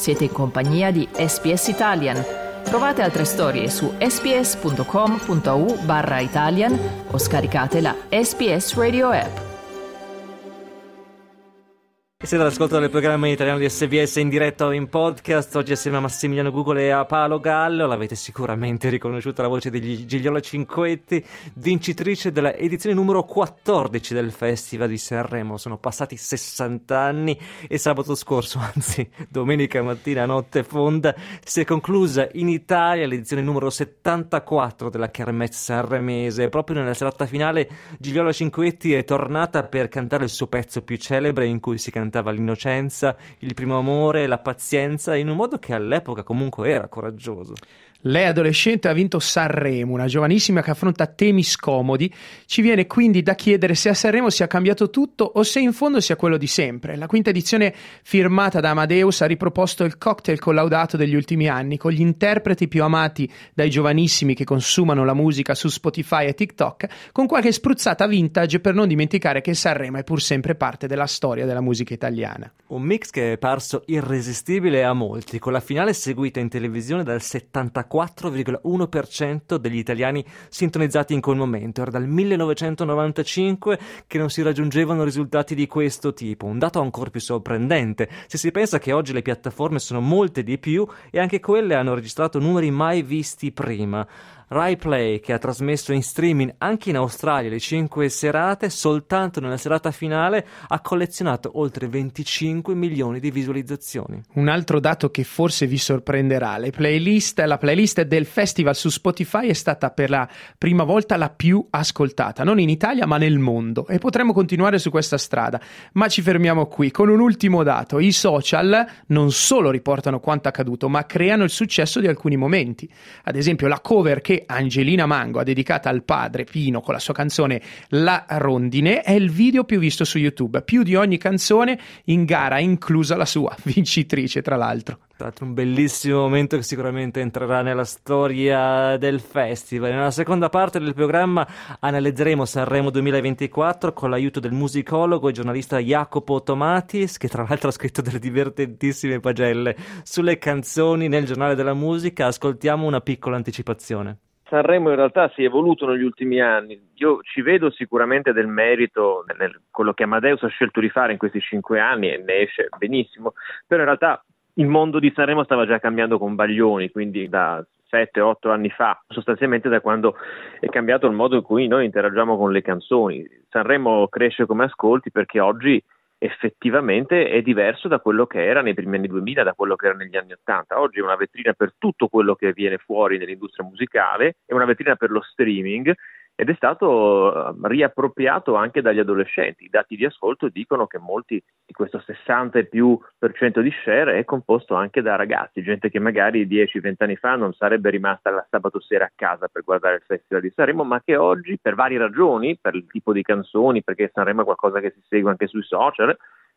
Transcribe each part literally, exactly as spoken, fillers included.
Siete in compagnia di S B S Italian. Trovate altre storie su sbs.com.au barra Italian o scaricate la S B S Radio app. Siete all'ascolto del programma in italiano di S B S in diretta o in podcast. Oggi assieme a Massimiliano Gugole e a Paolo Gallo. L'avete sicuramente riconosciuta la voce di Gigliola Cinquetti, vincitrice della edizione numero quattordici del Festival di Sanremo. Sono passati sessanta anni e sabato scorso, anzi domenica mattina a notte fonda, si è conclusa in Italia l'edizione numero settantaquattro della Kermesse sanremese. Proprio nella serata finale Gigliola Cinquetti è tornata per cantare il suo pezzo più celebre, in cui si cantava l'innocenza, il primo amore, la pazienza, in un modo che all'epoca comunque era coraggioso. Lei adolescente ha vinto Sanremo, una giovanissima che affronta temi scomodi. Ci viene quindi da chiedere se a Sanremo sia cambiato tutto o se in fondo sia quello di sempre. La quinta edizione, firmata da Amadeus, ha riproposto il cocktail collaudato degli ultimi anni, con gli interpreti più amati dai giovanissimi che consumano la musica su Spotify e TikTok, con qualche spruzzata vintage per non dimenticare che Sanremo è pur sempre parte della storia della musica italiana. Un mix che è parso irresistibile a molti, con la finale seguita in televisione dal settantaquattro virgola uno per cento degli italiani sintonizzati in quel momento. Era dal millenovecentonovantacinque che non si raggiungevano risultati di questo tipo, un dato ancora più sorprendente se si pensa che oggi le piattaforme sono molte di più e anche quelle hanno registrato numeri mai visti prima. Rai Play, che ha trasmesso in streaming anche in Australia le cinque serate, soltanto nella serata finale ha collezionato oltre venticinque milioni di visualizzazioni. Un altro dato che forse vi sorprenderà: le playlist, la playlist del festival su Spotify è stata per la prima volta la più ascoltata, non in Italia ma nel mondo, e potremmo continuare su questa strada, ma ci fermiamo qui con un ultimo dato. I social non solo riportano quanto accaduto, ma creano il successo di alcuni momenti. Ad esempio la cover che Angelina Mango ha dedicata al padre Pino con la sua canzone La Rondine è il video più visto su YouTube, più di ogni canzone in gara, inclusa la sua, vincitrice tra l'altro. Tra l'altro un bellissimo momento che sicuramente entrerà nella storia del festival. Nella seconda parte del programma analizzeremo Sanremo duemilaventiquattro con l'aiuto del musicologo e giornalista Jacopo Tomatis, che tra l'altro ha scritto delle divertentissime pagelle sulle canzoni nel Giornale della Musica. Ascoltiamo una piccola anticipazione. Sanremo in realtà si è evoluto negli ultimi anni. Io ci vedo sicuramente del merito nel quello che Amadeus ha scelto di fare in questi cinque anni e ne esce benissimo, però in realtà il mondo di Sanremo stava già cambiando con Baglioni, quindi da sette otto anni fa, sostanzialmente da quando è cambiato il modo in cui noi interagiamo con le canzoni. Sanremo cresce come ascolti perché oggi effettivamente è diverso da quello che era nei primi anni duemila, da quello che era negli anni ottanta. Oggi è una vetrina per tutto quello che viene fuori nell'industria musicale, è una vetrina per lo streaming ed è stato riappropriato anche dagli adolescenti. I dati di ascolto dicono che molti di questo sessanta e più per cento di share è composto anche da ragazzi, gente che magari dieci venti anni fa non sarebbe rimasta la sabato sera a casa per guardare il Festival di Sanremo, ma che oggi, per varie ragioni, per il tipo di canzoni, perché Sanremo è qualcosa che si segue anche sui social,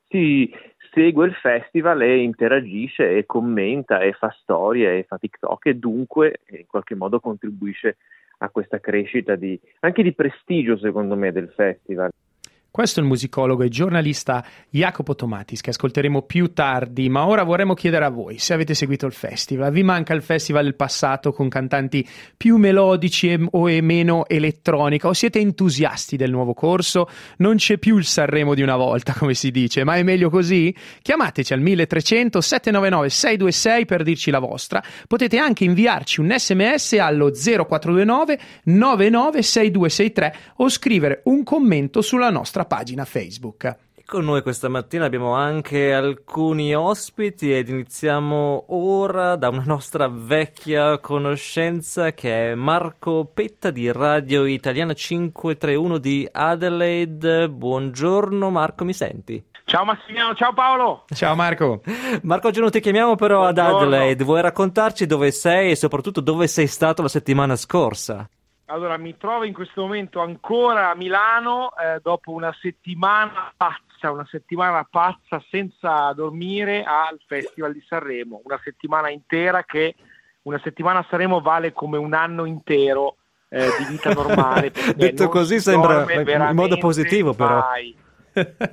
si segue il festival e interagisce e commenta e fa storie e fa TikTok e dunque in qualche modo contribuisce a questa crescita di anche di prestigio, secondo me, del festival. Questo è il musicologo e giornalista Jacopo Tomatis, che ascolteremo più tardi, ma ora vorremmo chiedere a voi se avete seguito il festival. Vi manca il festival del passato con cantanti più melodici e, o e meno elettronica, o siete entusiasti del nuovo corso? Non c'è più il Sanremo di una volta, come si dice, ma è meglio così? Chiamateci al mille trecento sette nove nove sei due sei per dirci la vostra. Potete anche inviarci un sms allo zero quattro due nove nove nove sei due sei tre o scrivere un commento sulla nostra pagina Facebook. Con noi questa mattina abbiamo anche alcuni ospiti ed iniziamo ora da una nostra vecchia conoscenza che è Marco Petta di Radio Italiana cinquecentotrentuno di Adelaide. Buongiorno Marco, mi senti? Ciao Massimiliano, ciao Paolo. Ciao Marco. Marco, oggi non ti chiamiamo però Buongiorno. ad Adelaide, vuoi raccontarci dove sei e soprattutto dove sei stato la settimana scorsa? Allora, mi trovo in questo momento ancora a Milano eh, dopo una settimana pazza, una settimana pazza senza dormire al Festival di Sanremo, una settimana intera che una settimana a Sanremo vale come un anno intero eh, di vita normale. Detto così sembra in modo positivo però. Mai.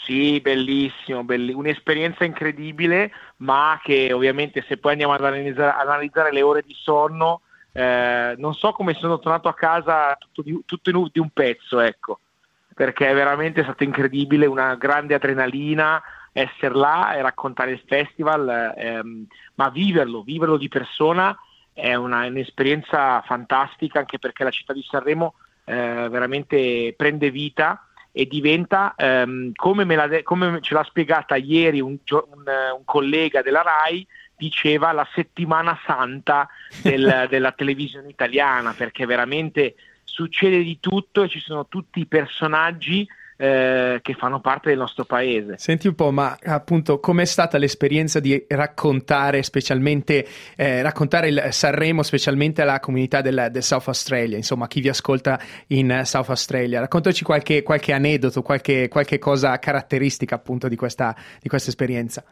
Sì, bellissimo, belli- un'esperienza incredibile, ma che ovviamente se poi andiamo ad analizzare, analizzare le ore di sonno, eh, non so come sono tornato a casa tutto di, tutto in un, di un pezzo, ecco, perché è veramente stato incredibile, una grande adrenalina essere là e raccontare il festival, ehm, ma viverlo, viverlo di persona è una, un'esperienza fantastica, anche perché la città di Sanremo eh, veramente prende vita e diventa, ehm, come, me la de- come ce l'ha spiegata ieri un, gio- un, un collega della RAI, diceva la settimana santa del, della televisione italiana, perché veramente succede di tutto e ci sono tutti i personaggi eh, che fanno parte del nostro paese. Senti un po', ma appunto com'è stata l'esperienza di raccontare specialmente eh, raccontare il Sanremo specialmente alla comunità del, del South Australia, insomma chi vi ascolta in South Australia? Raccontaci qualche, qualche aneddoto, qualche, qualche cosa caratteristica appunto di questa, di questa esperienza.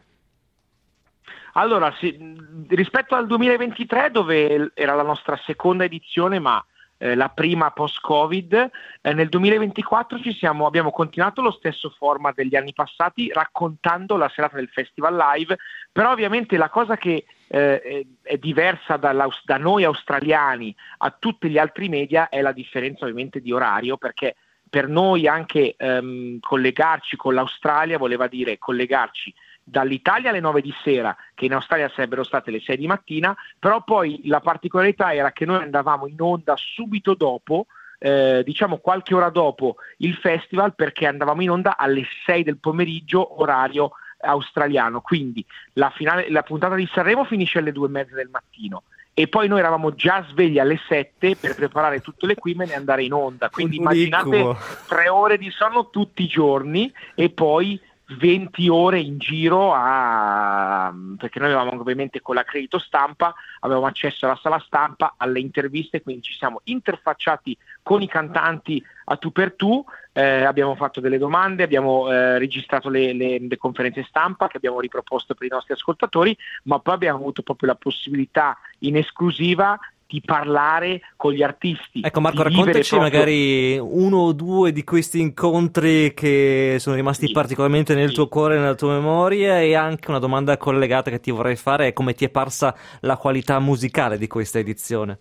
Allora, sì, rispetto al duemilaventitré, dove era la nostra seconda edizione, ma eh, la prima post-Covid, eh, nel duemilaventiquattro ci siamo, abbiamo continuato lo stesso format degli anni passati, raccontando la serata del festival live, però ovviamente la cosa che eh, è diversa da noi australiani a tutti gli altri media è la differenza ovviamente di orario, perché per noi anche ehm, collegarci con l'Australia voleva dire collegarci dall'Italia alle nove di sera, che in Australia sarebbero state le sei di mattina, però poi la particolarità era che noi andavamo in onda subito dopo, eh, diciamo qualche ora dopo il festival, perché andavamo in onda alle sei del pomeriggio orario australiano, quindi la, finale, la puntata di Sanremo finisce alle due e mezza del mattino e poi noi eravamo già svegli alle sette per preparare tutto l'equipment e andare in onda, quindi immaginate tre ore di sonno tutti i giorni e poi venti ore in giro a... perché noi avevamo ovviamente con l'accredito stampa, avevamo accesso alla sala stampa, alle interviste, quindi ci siamo interfacciati con i cantanti a tu per tu, eh, abbiamo fatto delle domande, abbiamo eh, registrato le, le, le conferenze stampa che abbiamo riproposto per i nostri ascoltatori, ma poi abbiamo avuto proprio la possibilità in esclusiva di parlare con gli artisti. Ecco Marco, raccontaci proprio... magari uno o due di questi incontri che sono rimasti sì, particolarmente nel sì. tuo cuore e nella tua memoria, e anche una domanda collegata che ti vorrei fare è come ti è parsa la qualità musicale di questa edizione.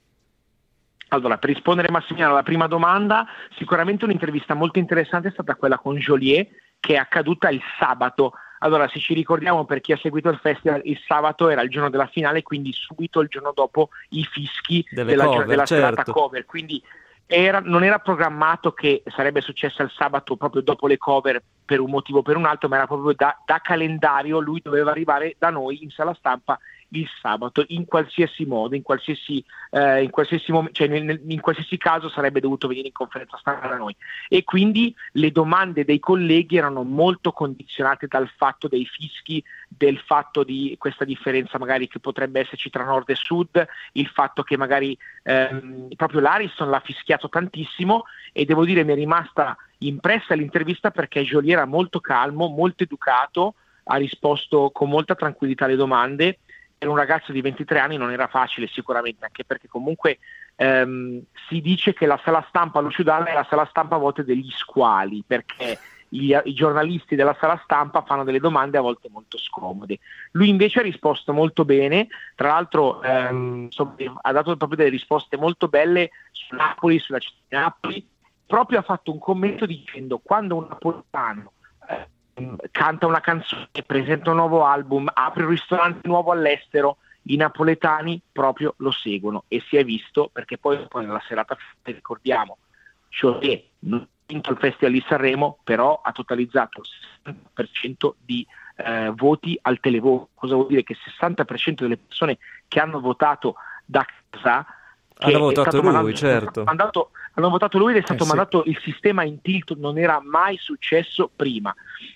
Allora, per rispondere Massimiliano alla prima domanda, sicuramente un'intervista molto interessante è stata quella con Joliet, che è accaduta il sabato. Allora, se ci ricordiamo, per chi ha seguito il festival, il sabato era il giorno della finale, quindi subito il giorno dopo i fischi delle della, cover, della certo. serata cover, quindi era, non era programmato che sarebbe successo il sabato proprio dopo le cover per un motivo o per un altro, ma era proprio da, da calendario, lui doveva arrivare da noi in sala stampa il sabato, in qualsiasi modo, in qualsiasi, eh, in qualsiasi mom- cioè nel, in qualsiasi caso sarebbe dovuto venire in conferenza stampa da noi, e quindi le domande dei colleghi erano molto condizionate dal fatto dei fischi, del fatto di questa differenza magari che potrebbe esserci tra nord e sud, il fatto che magari ehm, proprio l'Ariston l'ha fischiato tantissimo, e devo dire mi è rimasta impressa l'intervista perché Joliet era molto calmo, molto educato, ha risposto con molta tranquillità alle domande. Per un ragazzo di ventitré anni non era facile sicuramente, anche perché comunque ehm, si dice che la sala stampa allo Ciudad è la sala stampa a volte degli squali, perché gli, i giornalisti della sala stampa fanno delle domande a volte molto scomode. Lui invece ha risposto molto bene, tra l'altro ehm, insomma, ha dato proprio delle risposte molto belle su Napoli, sulla città di Napoli, proprio ha fatto un commento dicendo: quando un napoletano eh, canta una canzone, presenta un nuovo album, apre un ristorante nuovo all'estero, i napoletani proprio lo seguono, e si è visto, perché poi, poi nella serata ricordiamo, cioè non ha vinto il Festival di Sanremo, però ha totalizzato il sessanta per cento di eh, voti al televoto. Cosa vuol dire? Che il sessanta per cento delle persone che hanno votato da casa hanno votato lui, mandato, certo. Mandato, hanno votato lui ed è stato eh, mandato sì. il sistema in tilt, non era mai successo prima.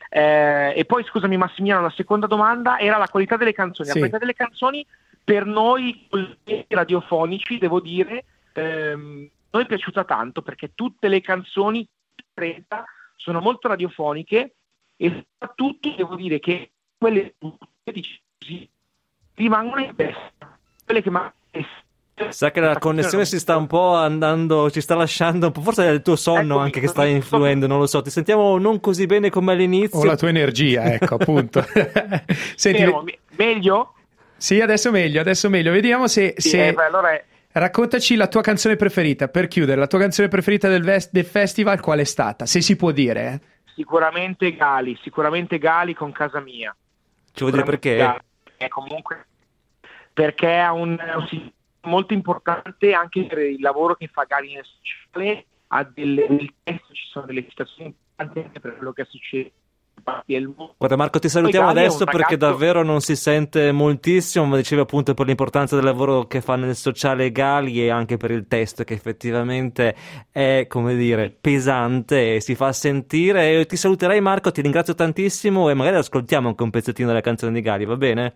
Eh, e poi scusami Massimiliano, la seconda domanda era la qualità delle canzoni. Sì. La qualità delle canzoni per noi radiofonici, devo dire, ehm, noi è piaciuta tanto, perché tutte le canzoni trenta sono molto radiofoniche, e soprattutto devo dire che quelle così rimangono in testa, quelle che magari Sa che la connessione si sta un po' andando, ci sta lasciando un po', forse è il tuo sonno Eccomi, anche che sta influendo, non lo so, ti sentiamo non così bene come all'inizio. O la tua energia, ecco, appunto. Senti, Fermo, me- meglio? sì, adesso meglio, adesso meglio. Vediamo se... Sì, se... eh, beh, allora è- Raccontaci la tua canzone preferita, per chiudere, la tua canzone preferita del, ves- del festival qual è stata? Se si può dire, eh? sicuramente Gali, sicuramente Gali con Casa Mia. Ci vuoi dire perché? Gali, è comunque perché ha un, un significato molto importante anche per il lavoro che fa Gali nel sociale, ha delle, nel testo ci sono delle citazioni importanti anche per quello che succede. Guarda Marco, ti salutiamo Poi Gali è adesso un perché ragazzo- davvero non si sente moltissimo, ma dicevi appunto per l'importanza del lavoro che fa nel sociale Gali e anche per il testo che effettivamente è, come dire, pesante e si fa sentire. E ti saluterei Marco, ti ringrazio tantissimo e magari ascoltiamo anche un pezzettino della canzone di Gali, va bene?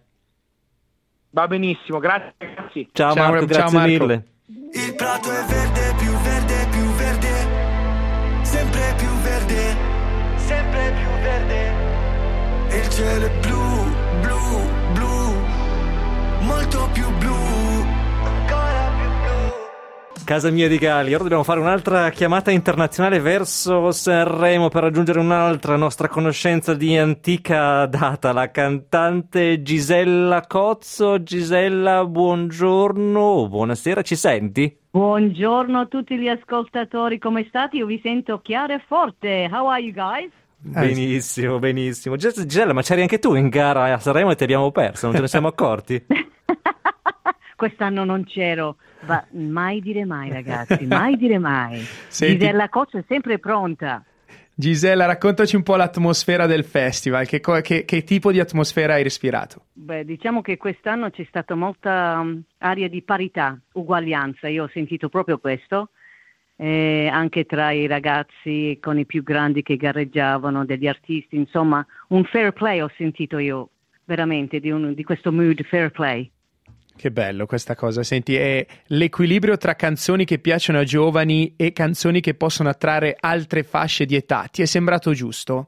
Va benissimo, grazie ragazzi. Ciao, Ciao, Marco, ciao, grazie Marco. mille. Il prato è verde, più verde, più verde, sempre più verde, sempre più verde. E il cielo è blu, blu, blu, molto più blu, ancora più blu. Casa Mia di Gali. Ora dobbiamo fare un'altra chiamata internazionale verso Sanremo per raggiungere un'altra nostra conoscenza di antica data, la cantante Gisella Cozzo. Gisella, buongiorno, buonasera, ci senti? Buongiorno a tutti gli ascoltatori, come state? Io vi sento chiaro e forte. How are you guys? Benissimo, benissimo. Gis- Gisella, ma c'eri anche tu in gara a Sanremo e ti abbiamo perso, non ce ne siamo accorti? Quest'anno non c'ero, ma mai dire mai ragazzi, mai dire mai. Senti- Gisella Cozzo è sempre pronta. Gisella, raccontaci un po' l'atmosfera del festival, che, co- che- che tipo di atmosfera hai respirato? Beh, diciamo che quest'anno c'è stata molta um, aria di parità, uguaglianza, io ho sentito proprio questo, eh, anche tra i ragazzi con i più grandi che gareggiavano, degli artisti, insomma un fair play ho sentito io, veramente, di, un, di questo mood fair play. Che bello questa cosa, senti, è l'equilibrio tra canzoni che piacciono a giovani e canzoni che possono attrarre altre fasce di età, ti è sembrato giusto?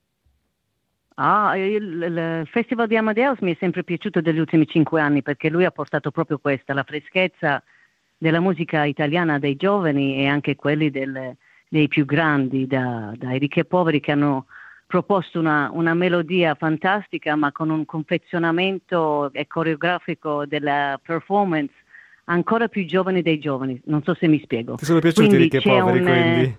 Ah, il, il Festival di Amadeus mi è sempre piaciuto degli ultimi cinque anni perché lui ha portato proprio questa, la freschezza della musica italiana dei giovani e anche quelli del, dei più grandi, da, dai ricchi e poveri che hanno proposto una, una melodia fantastica ma con un confezionamento e coreografico della performance ancora più giovane dei giovani, non so se mi spiego. Ti sono piaciuti Quindi i ricchi e c'è poveri, un, quindi?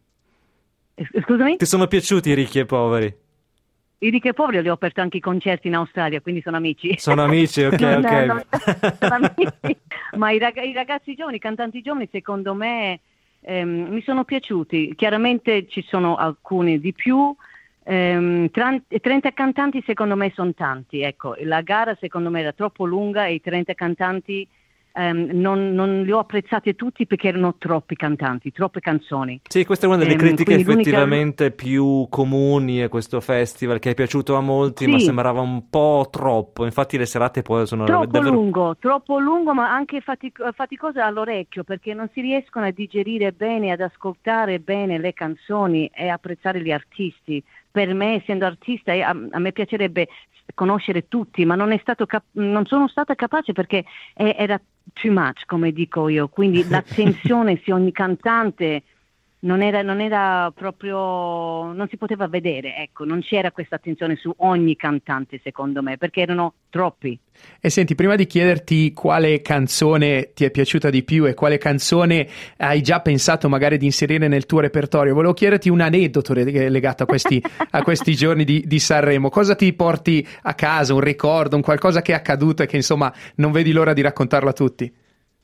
eh, Scusami? Ti sono piaciuti i ricchi e poveri? I ricchi e poveri li ho aperto anche i concerti in Australia, quindi sono amici. Sono amici, ok, Non- ok. non- sono amici. Ma i, rag- i ragazzi giovani, i cantanti giovani, secondo me ehm, mi sono piaciuti. Chiaramente ci sono alcuni di più. ehm, tran- trenta cantanti secondo me sono tanti. Ecco, la gara secondo me era troppo lunga e i trenta cantanti ehm, non, non li ho apprezzati tutti perché erano troppi cantanti, troppe canzoni. Sì, questa è una delle Ehm, critiche quindi l'unica- effettivamente più comuni a questo festival, che è piaciuto a molti, Sì. ma sembrava un po' troppo. Infatti le serate poi sono Troppo davvero... lungo, troppo lungo, ma anche fatic- faticoso all'orecchio perché non si riescono a digerire bene, ad ascoltare bene le canzoni e apprezzare gli artisti. Per me, essendo artista, eh, a, a me piacerebbe conoscere tutti, ma non, è stato cap- non sono stata capace perché è- era too much, come dico io. Quindi l'attenzione su ogni cantante non era, non era proprio, non si poteva vedere, ecco, non c'era questa attenzione su ogni cantante secondo me, perché erano troppi. E senti, prima di chiederti quale canzone ti è piaciuta di più e quale canzone hai già pensato magari di inserire nel tuo repertorio, volevo chiederti un aneddoto re- legato a questi, a questi giorni di, di Sanremo. Cosa ti porti a casa, un ricordo, un qualcosa che è accaduto e che insomma non vedi l'ora di raccontarlo a tutti?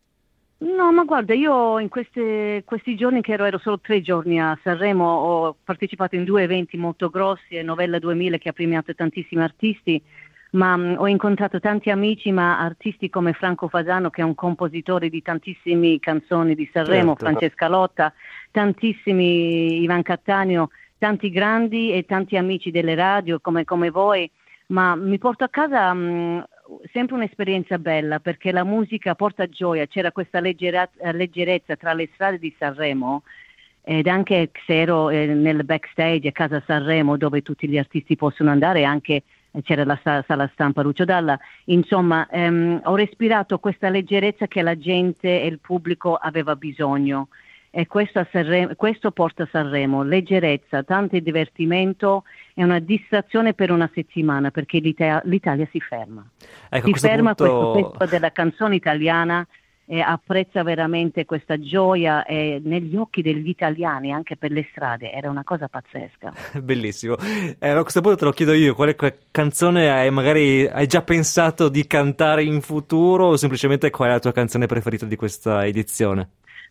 No, ma guarda, io in queste, questi giorni che ero, ero solo tre giorni a Sanremo, ho partecipato in due eventi molto grossi, Novella duemila che ha premiato tantissimi artisti, ma mh, ho incontrato tanti amici, ma artisti come Franco Fasano, che è un compositore di tantissime canzoni di Sanremo, Certo. Francesca Lotta, tantissimi Ivan Cattaneo, tanti grandi e tanti amici delle radio come, come voi, ma mi porto a casa mh, sempre un'esperienza bella perché la musica porta gioia, c'era questa leggera- leggerezza tra le strade di Sanremo ed anche se ero eh, nel backstage a casa Sanremo dove tutti gli artisti possono andare, anche c'era la sala stampa Lucio Dalla, insomma ehm, ho respirato questa leggerezza che la gente e il pubblico aveva bisogno, e questo, a Sanremo, questo porta a Sanremo, leggerezza, tanto divertimento e una distrazione per una settimana, perché l'Italia, l'Italia si ferma, ecco, si ferma punto... questo pezzo della canzone italiana e apprezza veramente questa gioia e negli occhi degli italiani anche per le strade, era una cosa pazzesca. Bellissimo. Eh, a questo punto te lo chiedo io, quale canzone hai magari hai già pensato di cantare in futuro, o semplicemente qual è la tua canzone preferita di questa edizione?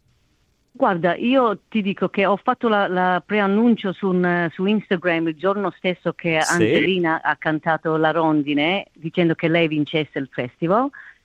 Guarda, io ti dico che ho fatto la, la preannuncio su, un, su Instagram il giorno stesso che sì. Angelina ha cantato La Rondine dicendo che lei vincesse il festival,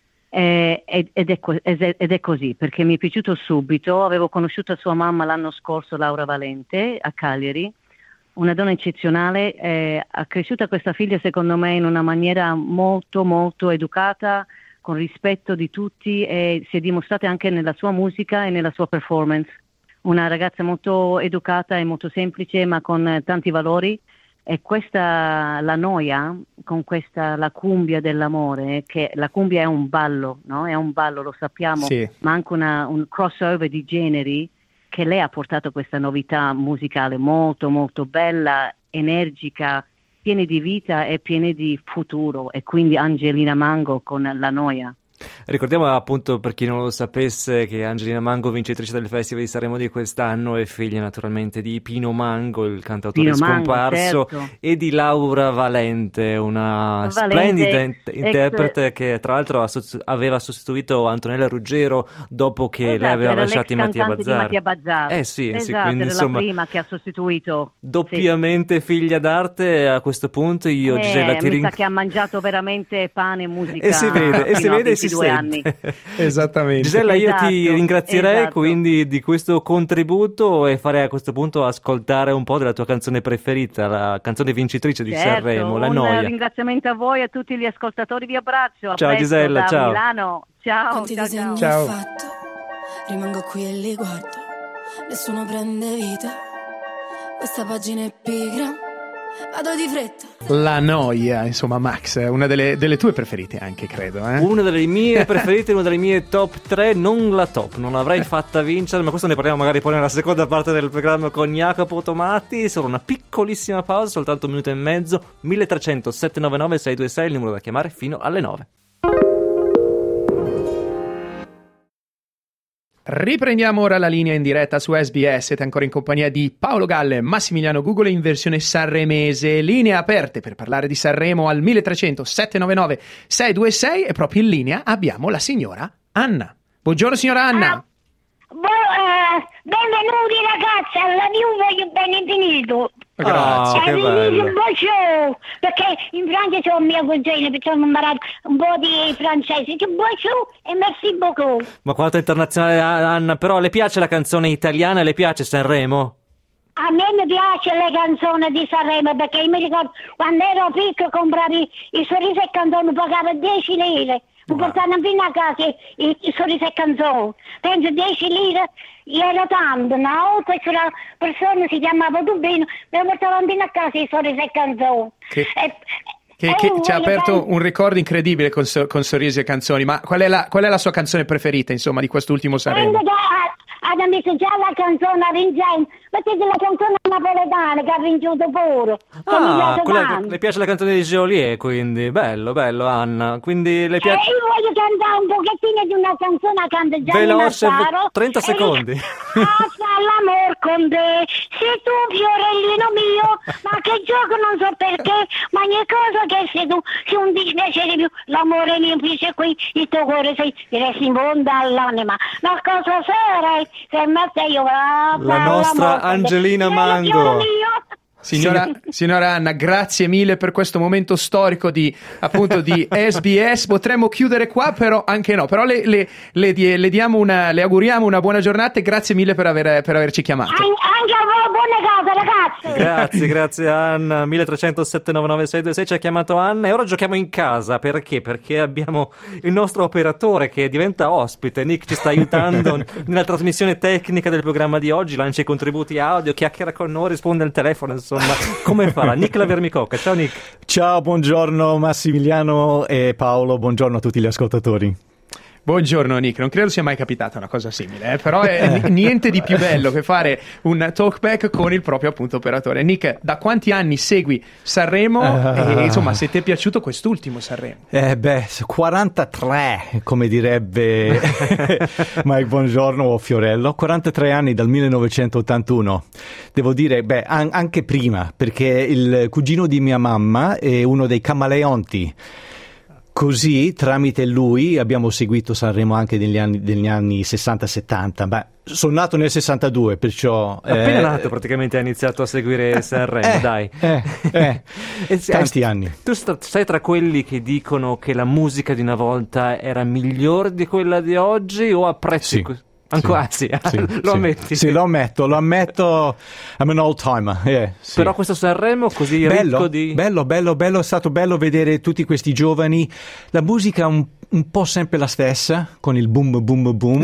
eh, ed, ed, è, ed è così, perché mi è piaciuto subito. Avevo conosciuto sua mamma l'anno scorso, Laura Valente, a Cagliari, una donna eccezionale, eh, ha cresciuto questa figlia secondo me in una maniera molto molto educata, con rispetto di tutti, e si è dimostrata anche nella sua musica e nella sua performance. Una ragazza molto educata e molto semplice, ma con tanti valori, e questa, la noia, con questa, la cumbia dell'amore, che la cumbia è un ballo, no? È un ballo, lo sappiamo, sì. Ma anche una, un crossover di generi, che lei ha portato questa novità musicale molto molto bella, energica, piene di vita e piene di futuro, e quindi Angelina Mango con La Noia. Ricordiamo appunto, per chi non lo sapesse, che Angelina Mango, vincitrice del Festival di Sanremo di quest'anno, è figlia naturalmente di Pino Mango, il cantautore Pino Mango, scomparso, certo. e di Laura Valente, una Valente, splendida in- ex... interprete che tra l'altro ha sost- aveva sostituito Antonella Ruggero dopo che esatto, lei aveva era lasciato l'ex Mattia cantante Bazzar. di Mattia Bazzar. Eh sì, esatto, sì, quindi era insomma la prima che ha sostituito. Doppiamente sì. Figlia d'arte, a questo punto io eh, Gisella ti mi ring... sa che ha mangiato veramente pane e musica e si vede, e si vede e si ventidue anni. sente. Esattamente. Gisella, io Esatto, ti ringrazierei esatto. quindi di questo contributo, e farei a questo punto ascoltare un po' della tua canzone preferita, la canzone vincitrice di Certo, Sanremo, La un Noia. ringraziamento a voi e a tutti gli ascoltatori, vi abbraccio. A Ciao, presto Gisella, da ciao. Milano. Ciao, Quanti ciao, disegni ciao. ho Ciao. fatto, rimango qui e li guardo, nessuno prende vita, questa pagina è pigra, vado di fretta. La Noia, insomma, Max, è una delle, delle tue preferite anche, credo, eh? Una delle mie preferite, una delle mie top tre, non la top, non l'avrei fatta vincere, ma questo ne parliamo magari poi nella seconda parte del programma con Jacopo Tomati. Solo una piccolissima pausa, soltanto un minuto e mezzo. Milletrecento settecentonovantanove sei due sei il numero da chiamare fino alle nove. Riprendiamo ora la linea in diretta su S B S. Siete ancora in compagnia di Paolo Galle e Massimiliano Gugole in versione sanremese. Linee aperte per parlare di Sanremo al milletrecento settecentonovantanove sei due sei, e proprio in linea abbiamo la signora Anna. Buongiorno signora Anna. Ah, bo- eh, benvenuti ragazzi, alla Juve voglio bene infinito. Grazie, E che vi dico bello. un bonjour, perché in Francia c'ho mia cugina, perché ho imparato un po' di francese. Che bonjour e merci beaucoup. Ma quanto internazionale, Anna, però le piace la canzone italiana, le piace Sanremo? A me mi piace le canzoni di Sanremo, perché io mi ricordo quando ero piccola compravi i sorrisi e canzoni, pagavo dieci lire. Mi portavano fino a casa i, i sorrisi e canzoni. Penso dieci lire era tanto, no? Questa persona si chiamava Dubino, mi portavano fino a casa i sorrisi e canzoni. Che- E- Che, e che voglio ci ha aperto bene- un ricordo incredibile con, so- con sorrisi e canzoni. Ma qual è, la, qual è la sua canzone preferita, insomma, di quest'ultimo Sanremo? Quando ha messo già la canzone a vincente, mettete la canzone napoletana che ha vinto pure. che mi Ah, piace quella- tanto. le piace la canzone di Geolier, quindi bello, bello, Anna. Quindi le Eh, piace io voglio cantare un pochettino di una canzone a cantare già veloce, Mazzaro. trenta E secondi. dice, ah, fa l'amor con te, sei tu fiorellino mio, ma che gioco non so perché, ma ogni cosa che sei tu, sei un dispiacere più, l'amore mio finisce qui, il tuo cuore sei, ti resti in fondo all'anima, ma cosa sarai, se me te io ah, La fa nostra l'amor con te. Angelina Sei Mango. fiore mio. Signora, signora Anna, grazie mille per questo momento storico di, appunto, di S B S. Potremmo chiudere qua, però anche no. Però le, le, le, die- le diamo una, le auguriamo una buona giornata e grazie mille per, aver, per averci chiamato. An- anche a voi buone cose ragazzi. grazie. Grazie, grazie Anna. milletrecentosette nove nove sei due sei ci ha chiamato Anna e ora giochiamo in casa. Perché? Perché abbiamo il nostro operatore che diventa ospite. Nick ci sta aiutando nella trasmissione tecnica del programma di oggi, lancia i contributi audio, chiacchiera con noi, risponde al telefono, insomma, come farà? Nick la Vermicocca. Ciao Nick. Ciao, buongiorno Massimiliano e Paolo, buongiorno a tutti gli ascoltatori. Buongiorno Nick, non credo sia mai capitata una cosa simile, eh? Però è n- niente di più bello che fare un talkback con il proprio appunto operatore. Nick, da quanti anni segui Sanremo uh, e insomma se ti è piaciuto quest'ultimo Sanremo? Eh beh, quarantatré come direbbe Mike Buongiorno o Fiorello, quarantatré anni dal millenovecentottantuno. Devo dire, beh, an- anche prima, perché il cugino di mia mamma è uno dei Camaleonti. Così, tramite lui, abbiamo seguito Sanremo anche negli anni, negli anni sessanta settanta. Beh, sono nato nel sessantadue, perciò... Appena eh, nato praticamente ha iniziato a seguire Sanremo, eh, dai. Eh, eh, e, tanti eh, anni. Tu sta, sei tra quelli che dicono che la musica di una volta era migliore di quella di oggi o apprezzi... Sì. Que- Ancora sì, sì, sì lo sì, ammetti? Sì, lo ammetto, lo ammetto. I'm an old timer. Yeah, sì. Però questo Sanremo così bello, ricco di... Bello, bello, bello. È stato bello vedere tutti questi giovani. La musica un, un po' sempre la stessa, con il boom, boom, boom.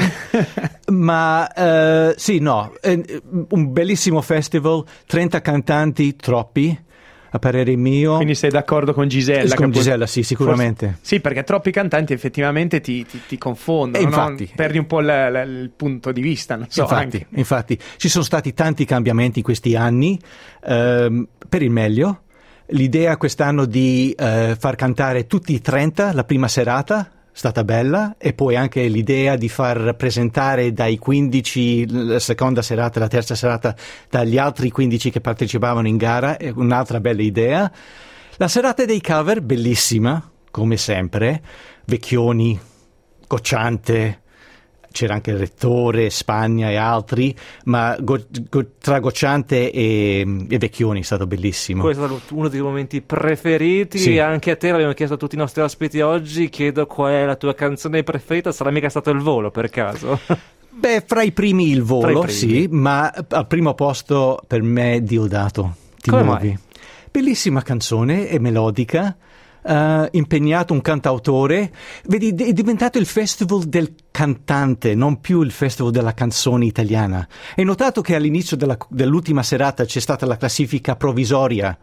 Ma uh, sì, no, eh, un bellissimo festival, trenta cantanti, troppi. A parere mio. Quindi sei d'accordo con Gisella? Con che Gisella, sì, sicuramente. Forse... Sì, perché troppi cantanti effettivamente ti, ti, ti confondono, infatti, no? Perdi un po' l- l- il punto di vista, non so. Infatti, anche. infatti, ci sono stati tanti cambiamenti in questi anni, ehm, per il meglio. L'idea quest'anno di eh, far cantare tutti i trenta la prima serata, stata bella, e poi anche l'idea di far presentare dai quindici la seconda serata, la terza serata dagli altri quindici che partecipavano in gara, è un'altra bella idea. La serata dei cover, bellissima, come sempre, Vecchioni, Cocciante, c'era anche il Rettore, Spagna e altri, ma go, go, tra Gocciante e, e Vecchioni è stato bellissimo. Questo è stato uno dei momenti preferiti, sì. Anche a te l'abbiamo chiesto a tutti i nostri ospiti oggi, chiedo qual è la tua canzone preferita, sarà mica stato il Volo per caso? Beh, fra i primi il Volo, primi. Sì, ma al primo posto per me Diodato. Ti Come muovi. mai? Bellissima canzone, è melodica. Uh, impegnato un cantautore, vedi, è diventato il festival del cantante, non più il festival della canzone italiana. Hai notato che all'inizio della, dell'ultima serata c'è stata la classifica provvisoria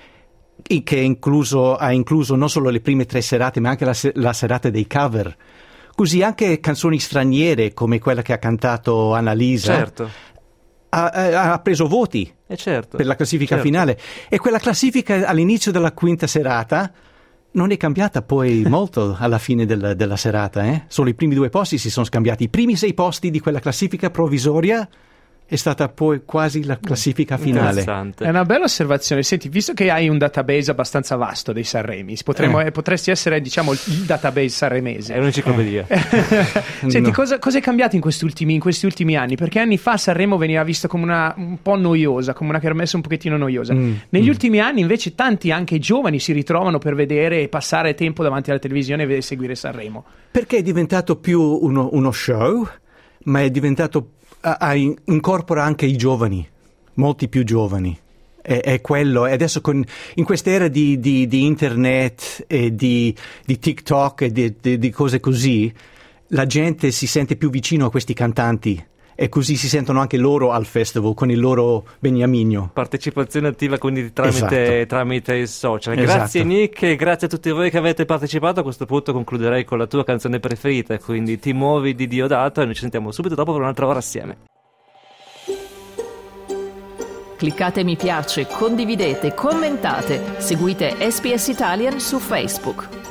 che incluso, ha incluso non solo le prime tre serate ma anche la, la serata dei cover, così anche canzoni straniere come quella che ha cantato Annalisa. Certo. Ha, ha preso voti eh certo, per la classifica certo. finale, e quella classifica all'inizio della quinta serata non è cambiata poi molto alla fine della, della serata, eh? Solo i primi due posti si sono scambiati. I primi sei posti di quella classifica provvisoria è stata poi quasi la classifica finale. È una bella osservazione. Senti, visto che hai un database abbastanza vasto dei Sanremi, potremmo, eh. potresti essere, diciamo, il database sanremese. È un'enciclopedia. Eh. Senti, No. cosa, cosa è cambiato in questi ultimi, in questi ultimi anni? Perché anni fa Sanremo veniva visto come una un po' noiosa, come una kermesse un pochettino noiosa. Mm. Negli Mm. ultimi anni invece tanti, anche giovani, si ritrovano per vedere e passare tempo davanti alla televisione e seguire Sanremo. Perché è diventato più uno, uno show, ma è diventato a, a in- incorpora anche i giovani, molti più giovani. È, è quello. E adesso con, in quest'era di, di, di internet e di, di TikTok e di, di, di cose così, la gente si sente più vicino a questi cantanti. E così si sentono anche loro al festival con il loro beniamino. Partecipazione attiva quindi tramite, Esatto. tramite i social. Esatto. Grazie Nick e grazie a tutti voi che avete partecipato. A questo punto concluderei con la tua canzone preferita, quindi Ti muovi di Diodato, e noi ci sentiamo subito dopo per un'altra ora assieme. Cliccate mi piace, condividete, commentate, seguite S B S Italian su Facebook.